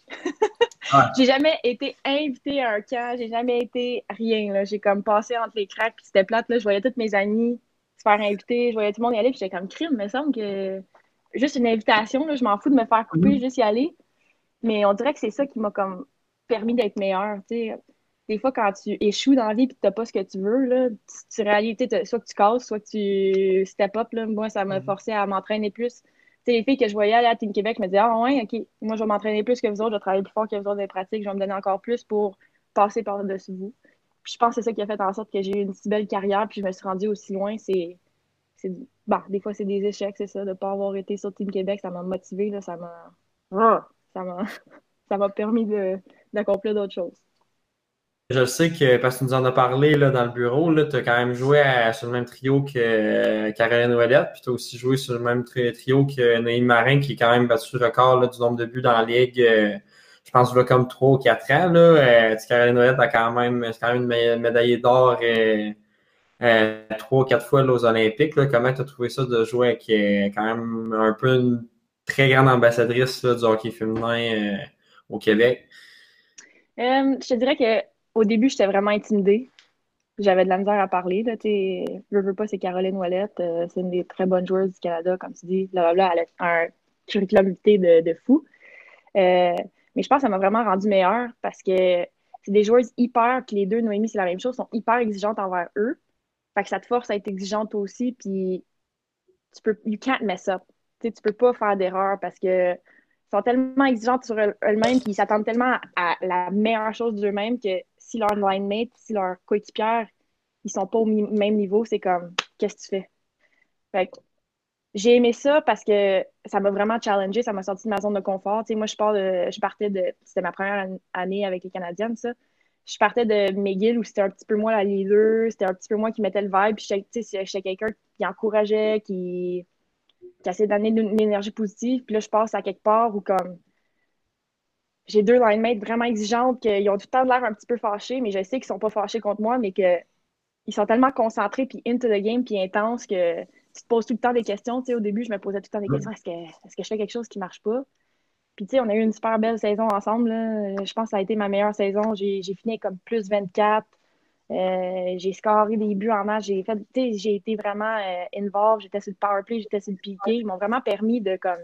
Ah, J'ai jamais été invitée à un camp, j'ai jamais été rien, là. J'ai comme passé entre les cracks, puis c'était plate, là. Je voyais toutes mes amis se faire inviter, je voyais tout le monde y aller, puis j'étais comme crime, il me semble que juste une invitation, là, je m'en fous de me faire couper, juste y aller. Mais on dirait que c'est ça qui m'a comme permis d'être meilleure, tu sais. Des fois, quand tu échoues dans la vie et que tu n'as pas ce que tu veux, là, tu, tu réalises, tu sais, soit que tu casses, soit que tu step up. Là. Moi, ça m'a Mhm. forcé à m'entraîner plus. Tu sais, les filles que je voyais aller à Team Québec, je me disais, ah ouais, OK, moi, je vais m'entraîner plus que vous autres, je vais travailler plus fort que vous autres dans les pratiques, je vais me donner encore plus pour passer par-dessus vous. Puis je pense que c'est ça qui a fait en sorte que j'ai eu une si belle carrière, puis je me suis rendue aussi loin. C'est, c'est, bon, des fois, c'est des échecs, c'est ça, de ne pas avoir été sur Team Québec, ça m'a motivé, là, ça m'a, ah, ça m'a ça m'a permis de, d'accomplir d'autres choses. je sais que, parce que tu nous en as parlé là, dans le bureau, tu as quand même joué à- sur le même trio que euh, Caroline Ouellette, puis tu as aussi joué sur le même tri- trio que Noémie Marin, qui est quand même battu le record là, du nombre de buts dans la Ligue, euh, je pense, là, comme trois ou quatre ans. Là. Euh, tu sais, Caroline Ouellette a quand même, c'est quand même une mé- médaillée d'or euh, euh, trois ou quatre fois là, aux Olympiques. Là. Comment tu as trouvé ça de jouer avec euh, quand même un peu une très grande ambassadrice là, du hockey féminin euh, au Québec? Euh, je te dirais que au début, j'étais vraiment intimidée. J'avais de la misère à parler. Là, t'sais. Je veux pas, c'est Caroline Ouellette. Euh, c'est une des très bonnes joueuses du Canada, comme tu dis. Blablabla, elle a un curriculum vitae de, de fou. Euh, mais je pense que ça m'a vraiment rendue meilleure parce que c'est des joueuses hyper, puis les deux, Noémie, c'est la même chose, sont hyper exigeantes envers eux. Fait que ça te force à être exigeante toi aussi, puis tu peux, you can't mess up. Tu sais, tu peux pas faire d'erreur parce que sont tellement exigeantes sur elles- elles-mêmes puis ils s'attendent tellement à la meilleure chose d'eux-mêmes que si leur line mate, si leur coéquipière, ils sont pas au mi- même niveau, c'est comme, qu'est-ce que tu fais? Fait que j'ai aimé ça parce que ça m'a vraiment challengé, ça m'a sorti de ma zone de confort. Tu sais, moi, je pars de, je partais de, c'était ma première an- année avec les Canadiennes, ça. Je partais de McGill où c'était un petit peu moi la leader, c'était un petit peu moi qui mettais le vibe, puis j'étais, tu sais, j'étais quelqu'un qui encourageait, qui, qui essaie d'amener de l'énergie positive. Puis là, je passe à quelque part où comme j'ai deux line mates vraiment exigeantes, qu'ils ont tout le temps de l'air un petit peu fâchés, mais je sais qu'ils sont pas fâchés contre moi, mais qu'ils sont tellement concentrés, puis into the game, puis intenses que tu te poses tout le temps des questions. Tu sais, au début, je me posais tout le temps des questions. Est-ce que, est-ce que je fais quelque chose qui marche pas? Puis, tu sais, on a eu une super belle saison ensemble. Là. Je pense que ça a été ma meilleure saison. J'ai, j'ai fini comme plus vingt-quatre. Euh, j'ai scoré des buts en match. J'ai fait, tu sais, j'ai été vraiment euh, involved. J'étais sur le power play, j'étais sur le piqué. Ils m'ont vraiment permis de, comme,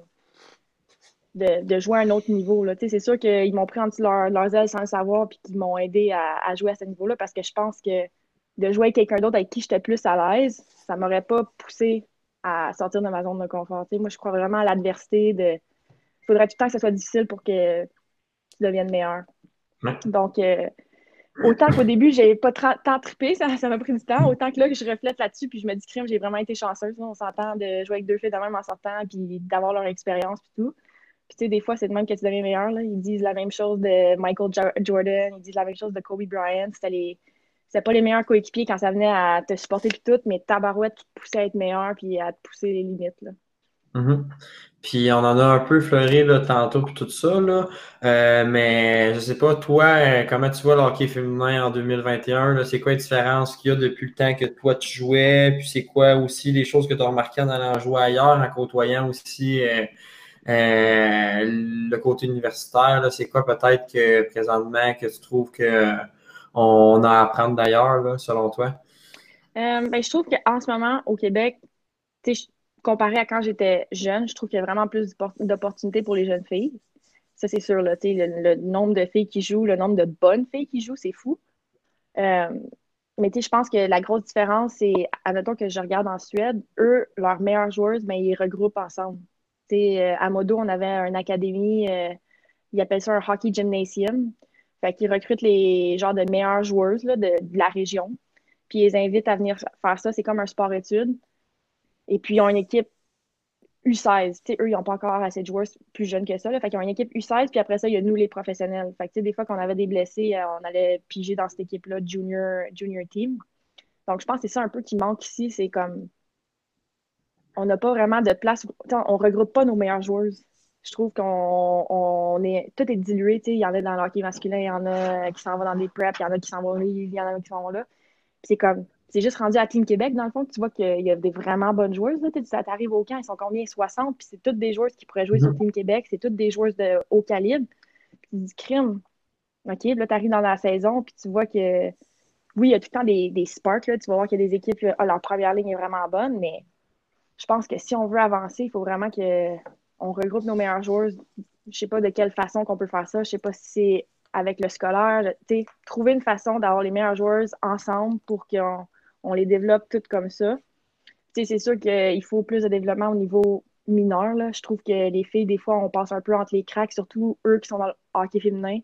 de, de jouer à un autre niveau. Là. C'est sûr qu'ils m'ont pris en dessous de leur, leurs ailes sans le savoir puis qu'ils m'ont aidé à, à jouer à ce niveau-là parce que je pense que de jouer avec quelqu'un d'autre avec qui j'étais plus à l'aise, ça m'aurait pas poussé à sortir de ma zone de confort. T'sais, moi, je crois vraiment à l'adversité. De... Il faudrait tout le temps que ce soit difficile pour que tu deviennes meilleur. Ouais. Donc, euh, autant qu'au début, j'ai pas tra- tant trippé, ça, ça m'a pris du temps, autant que là, que je reflète là-dessus, puis je me dis, crime, j'ai vraiment été chanceuse. Là, on s'entend de jouer avec deux filles de même en sortant, puis d'avoir leur expérience, puis tout. Puis, tu sais, des fois, c'est de même que tu deviens meilleur. Là. Ils disent la même chose de Michael Jo- Jordan, ils disent la même chose de Kobe Bryant. C'était les... C'était pas les meilleurs coéquipiers quand ça venait à te supporter, puis tout, mais tabarouette qui te poussait à être meilleur, puis à te pousser les limites. Là. Mhm. Puis on en a un peu effleuré là, tantôt puis tout ça, là. Euh, mais je sais pas, toi, euh, comment tu vois le hockey féminin en deux mille vingt et un, là? C'est quoi la différence qu'il y a depuis le temps que toi tu jouais? Puis c'est quoi aussi les choses que tu as remarquées en allant jouer ailleurs, en côtoyant aussi euh, euh, le côté universitaire, là? C'est quoi peut-être que présentement que tu trouves que on a à apprendre d'ailleurs, là, selon toi? Euh, ben, je trouve qu'en ce moment, au Québec, tu sais, je- comparé à quand j'étais jeune, je trouve qu'il y a vraiment plus d'oppor- d'opportunités pour les jeunes filles. Ça, c'est sûr, là, tu sais, le, le nombre de filles qui jouent, le nombre de bonnes filles qui jouent, c'est fou. Euh, mais tu sais, je pense que la grosse différence, c'est, admettons que je regarde en Suède, eux, leurs meilleures joueuses, ben, ils regroupent ensemble. Tu sais, euh, à Modo, on avait une académie, euh, ils appellent ça un hockey gymnasium. Fait qu'ils recrutent les genres de meilleures joueuses là, de, de la région. Puis ils les invitent à venir faire ça. C'est comme un sport-études. Et puis ils ont une équipe U seize. Tu sais, eux, ils n'ont pas encore assez de joueurs plus jeunes que ça. Là. Fait qu'ils ont une équipe U seize, puis après ça, il y a nous, les professionnels. Fait que, tu sais, des fois qu'on avait des blessés, euh, on allait piger dans cette équipe-là, junior, junior team. Donc, je pense que c'est ça un peu qui manque ici. C'est comme, on n'a pas vraiment de place. Tu sais, on regroupe pas nos meilleures joueuses. Je trouve qu'on on est, tout est dilué. Tu sais, il y en a dans le hockey masculin, il y en a qui s'en vont dans des preps, il y en a qui s'en vont au livre, il y en a qui s'en vont là. Puis c'est comme, c'est juste rendu à Team Québec, dans le fond, que tu vois qu'il y a des vraiment bonnes joueuses. Là. Ça t'arrive au camp, ils sont combien? soixante, puis c'est toutes des joueuses qui pourraient jouer sur Team Québec, c'est toutes des joueuses de haut calibre. Puis tu dis, crime, OK, puis là, tu arrives dans la saison, puis tu vois que, oui, il y a tout le temps des, des sparks, là. Tu vas voir qu'il y a des équipes, là, ah, leur première ligne est vraiment bonne, mais je pense que si on veut avancer, il faut vraiment que on regroupe nos meilleures joueuses. Je sais pas de quelle façon qu'on peut faire ça. Je sais pas si c'est avec le scolaire. Tu sais, trouver une façon d'avoir les meilleures joueuses ensemble pour qu'on on les développe toutes comme ça. Tu sais, c'est sûr qu'il faut plus de développement au niveau mineur, là. Je trouve que les filles, des fois, on passe un peu entre les cracks, surtout eux qui sont dans le hockey féminin.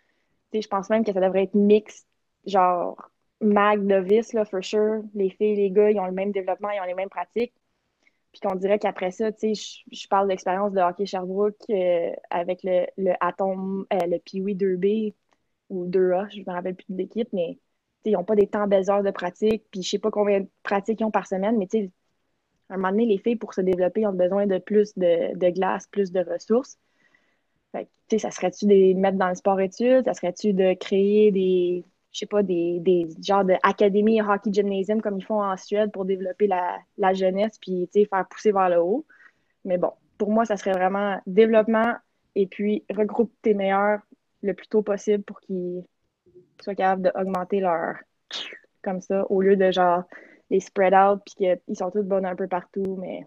Tu sais, je pense même que ça devrait être mixte, genre mag, novice, là, for sure. Les filles, les gars, ils ont le même développement, ils ont les mêmes pratiques. Puis qu'on dirait qu'après ça, tu sais, je, je parle d'expérience de hockey Sherbrooke euh, avec le, le Atom, euh, le Pee-Wee deux B ou deux A, je me rappelle plus de l'équipe, mais tu sais, ils n'ont pas des temps belles heures de pratique, puis je sais pas combien de pratiques ils ont par semaine, mais tu sais, à un moment donné, les filles, pour se développer, ont besoin de plus de, de glace, plus de ressources. Fait que, tu sais, ça serait-tu de les mettre dans le sport-études? Ça serait-tu de créer des, je sais pas, des, des genres d'académies hockey gymnasium comme ils font en Suède pour développer la, la jeunesse puis, tu sais, faire pousser vers le haut? Mais bon, pour moi, ça serait vraiment développement et puis regroupe tes meilleurs le plus tôt possible pour qu'ils soient capables d'augmenter leur comme ça, au lieu de genre les spread out puis qu'ils sont tous bonnes un peu partout, mais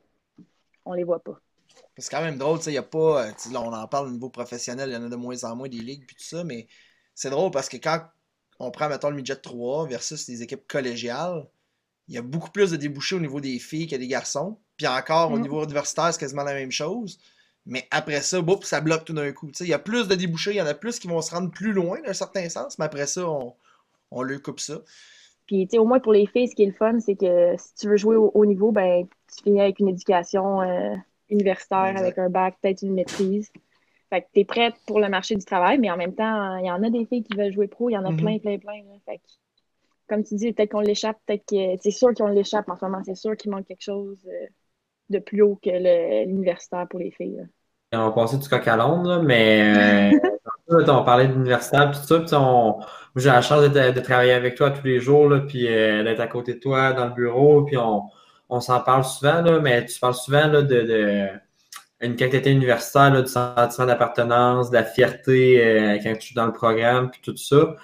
on les voit pas. C'est quand même drôle, tu sais, il y a pas. euh, tu sais, là, on en parle au niveau professionnel, il y en a de moins en moins des ligues puis tout ça, mais c'est drôle parce que quand on prend, mettons, le midget trois versus les équipes collégiales, il y a beaucoup plus de débouchés au niveau des filles que des garçons. Puis encore, au Mm. niveau universitaire, c'est quasiment la même chose. Mais après ça, boum, ça bloque tout d'un coup. Tu sais, il y a plus de débouchés, il y en a plus qui vont se rendre plus loin d'un certain sens, mais après ça, on, on leur coupe ça. Puis, tu sais, au moins pour les filles, ce qui est le fun, c'est que si tu veux jouer au haut niveau, ben, tu finis avec une éducation euh, universitaire, avec Exact. un bac, peut-être une maîtrise. Fait que tu es prête pour le marché du travail, mais en même temps, il y en a des filles qui veulent jouer pro, il y en a plein, Mhm. plein, plein. Là. Fait que, comme tu dis, peut-être qu'on l'échappe, peut-être que c'est sûr qu'on l'échappe en ce moment, c'est sûr qu'il manque quelque chose euh, de plus haut que le- l'universitaire pour les filles. Là. On va passer du coq à l'âne, là, mais euh, on parlait d'universitaire puis tout ça, puis on, j'ai la chance de, de travailler avec toi tous les jours, là, puis euh, d'être à côté de toi dans le bureau, puis on, on s'en parle souvent, là, mais tu parles souvent là, de, de une quand tu étais universitaire, là, du sentiment d'appartenance, de la fierté euh, quand tu es dans le programme, puis tout ça.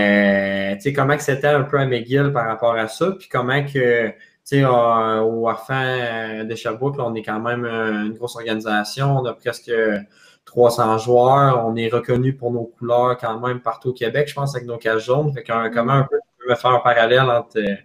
Euh, tu sais, comment que c'était un peu à McGill par rapport à ça, puis comment que tu sais, euh, au Harfang de Sherbrooke, là, on est quand même euh, une grosse organisation. On a presque trois cents joueurs. On est reconnu pour nos couleurs quand même partout au Québec, je pense, avec nos cages jaunes. Fait que, comment un peu tu peux me faire un parallèle entre, euh,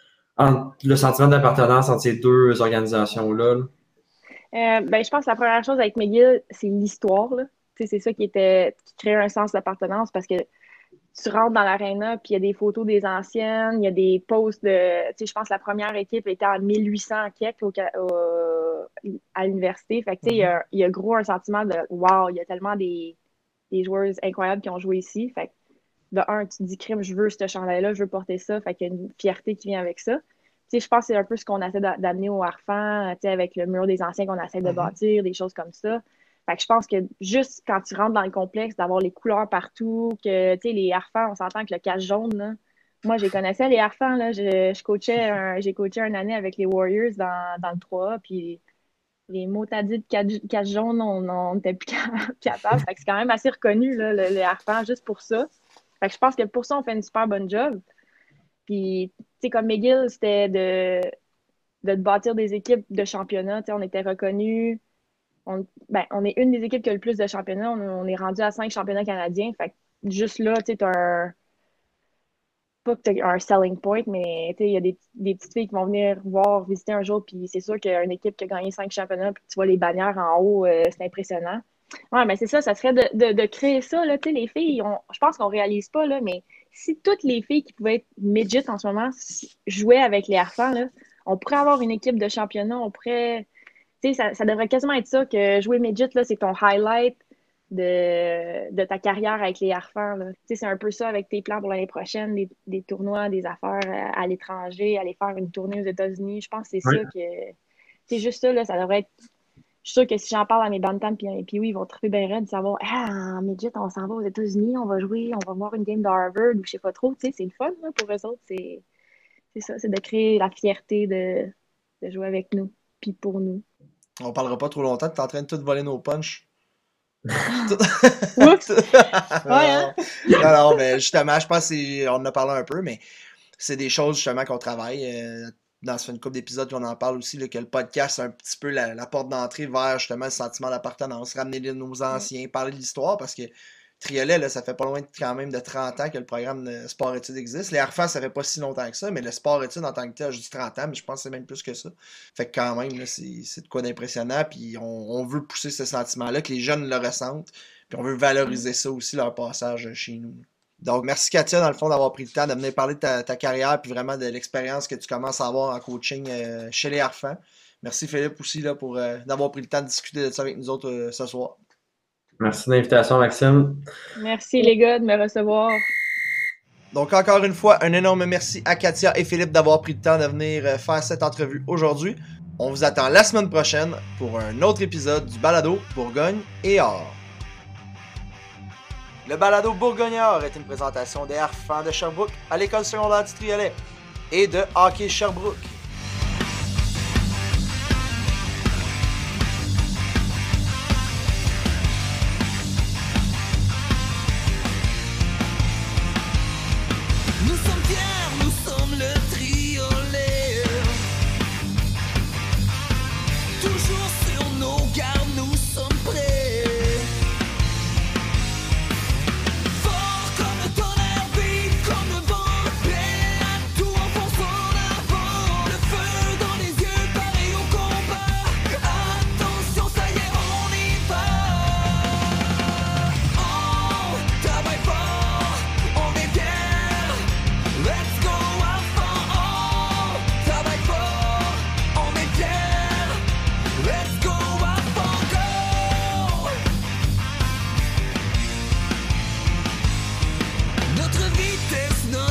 entre le sentiment d'appartenance entre ces deux organisations-là? Là? Euh, ben, je pense que la première chose avec McGill, c'est l'histoire. Là. Tu sais, c'est ça qui était qui crée un sens d'appartenance parce que tu rentres dans l'aréna, puis il y a des photos des anciennes, il y a des posts de, tu sais, je pense que la première équipe était en mille huit cents quelque au, au, à l'université. Fait que, tu sais, mm-hmm. il, y a, il y a gros un sentiment de « wow, il y a tellement des, des joueurs incroyables qui ont joué ici. » Fait que, de un, tu te dis « crime, je veux ce chandail-là, je veux porter ça. » Fait qu'il y a une fierté qui vient avec ça. Tu sais, je pense que c'est un peu ce qu'on essaie d'amener au Harfang, tu sais, avec le mur des anciens qu'on essaie de mm-hmm. bâtir, des choses comme ça. Fait que je pense que juste quand tu rentres dans le complexe, d'avoir les couleurs partout, que, tu sais, les Harfangs, on s'entend que le cache jaune, là. Moi, je les connaissais, les Harfangs, là. Je, je coachais, un, j'ai coaché une année avec les Warriors dans, dans le trois A, puis les mots t'as dit de cache jaune, on n'était plus capable. Fait que c'est quand même assez reconnu, là, le, les Harfangs, juste pour ça. Fait que je pense que pour ça, on fait une super bonne job. Puis, tu sais, comme McGill, c'était de, de bâtir des équipes de championnat. Tu sais, on était reconnus. On, ben, on est une des équipes qui a le plus de championnats. On, on est rendu à cinq championnats canadiens. Fait que juste là, tu sais, t'as un... Pas que t'as un selling point, mais tu sais, il y a des, des petites filles qui vont venir voir, visiter un jour, puis c'est sûr qu'il y a une équipe qui a gagné cinq championnats, puis tu vois les bannières en haut, euh, c'est impressionnant. Ouais, mais c'est ça, ça serait de, de, de créer ça, là, tu sais, les filles, on, je pense qu'on réalise pas, là, mais si toutes les filles qui pouvaient être midget en ce moment jouaient avec les Harfangs, là, on pourrait avoir une équipe de championnat, on pourrait... Tu sais, ça, ça devrait quasiment être ça, que jouer midget, là, c'est ton highlight de, de ta carrière avec les Harfangs. Tu sais, c'est un peu ça avec tes plans pour l'année prochaine, des, des tournois, des affaires à, à l'étranger, aller faire une tournée aux États-Unis. Je pense que c'est oui. ça que... C'est juste ça, là, ça devrait être... Je suis sûre que si j'en parle à mes bantams, puis, puis oui, ils vont triper bien raide de savoir « Ah, en midget, on s'en va aux États-Unis, on va jouer, on va voir une game d'Harvard ou je sais pas trop. » Tu sais, c'est le fun, là, pour eux autres. C'est, c'est ça, c'est de créer la fierté de, de jouer avec nous, puis pour nous. On parlera pas trop longtemps, t'es en train de tout voler nos punchs. Oups! Ouais, hein? Non, non, mais justement, je pense qu'on en a parlé un peu, mais c'est des choses justement qu'on travaille. Euh, dans ce fait une couple d'épisodes qu'on en parle aussi, là, que le podcast, c'est un petit peu la, la porte d'entrée vers justement le sentiment d'appartenance, ramener nos anciens, parler de l'histoire, parce que Triolet, là, ça fait pas loin de, quand même de trente ans que le programme de sport-études existe. Les Harfangs, ça fait pas si longtemps que ça, mais le sport-études en tant que tel a juste trente ans, mais je pense que c'est même plus que ça. Fait que quand même, là, c'est, c'est de quoi d'impressionnant, puis on, on veut pousser ce sentiment-là, que les jeunes le ressentent, puis on veut valoriser ça aussi, leur passage chez nous. Donc, merci Katia, dans le fond, d'avoir pris le temps de venir parler de ta, ta carrière, puis vraiment de l'expérience que tu commences à avoir en coaching euh, chez les Harfangs. Merci Philippe aussi là, pour euh, d'avoir pris le temps de discuter de ça avec nous autres euh, ce soir. Merci de l'invitation, Maxime. Merci les gars de me recevoir. Donc, encore une fois, un énorme merci à Katia et Philippe d'avoir pris le temps de venir faire cette entrevue aujourd'hui. On vous attend la semaine prochaine pour un autre épisode du Balado Bourgogne et Or. Le Balado Bourgogne et Or est une présentation des Harfangs de Sherbrooke à l'école secondaire du Triolet et de Hockey Sherbrooke.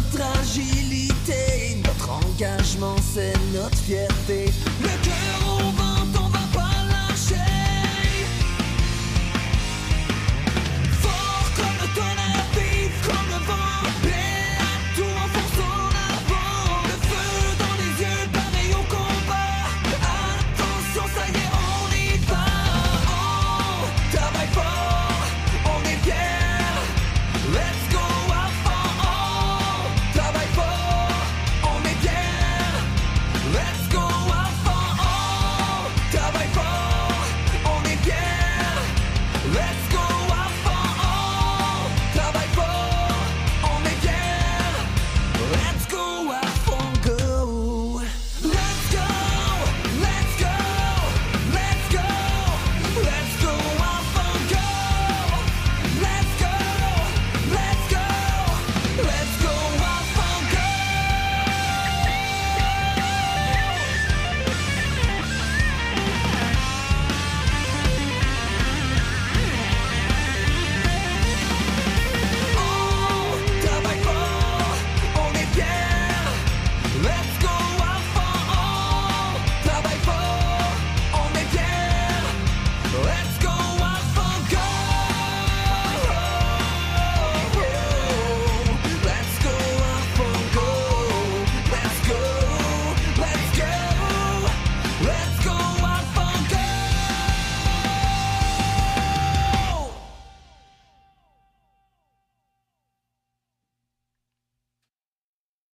C'est notre fierté, le cœur au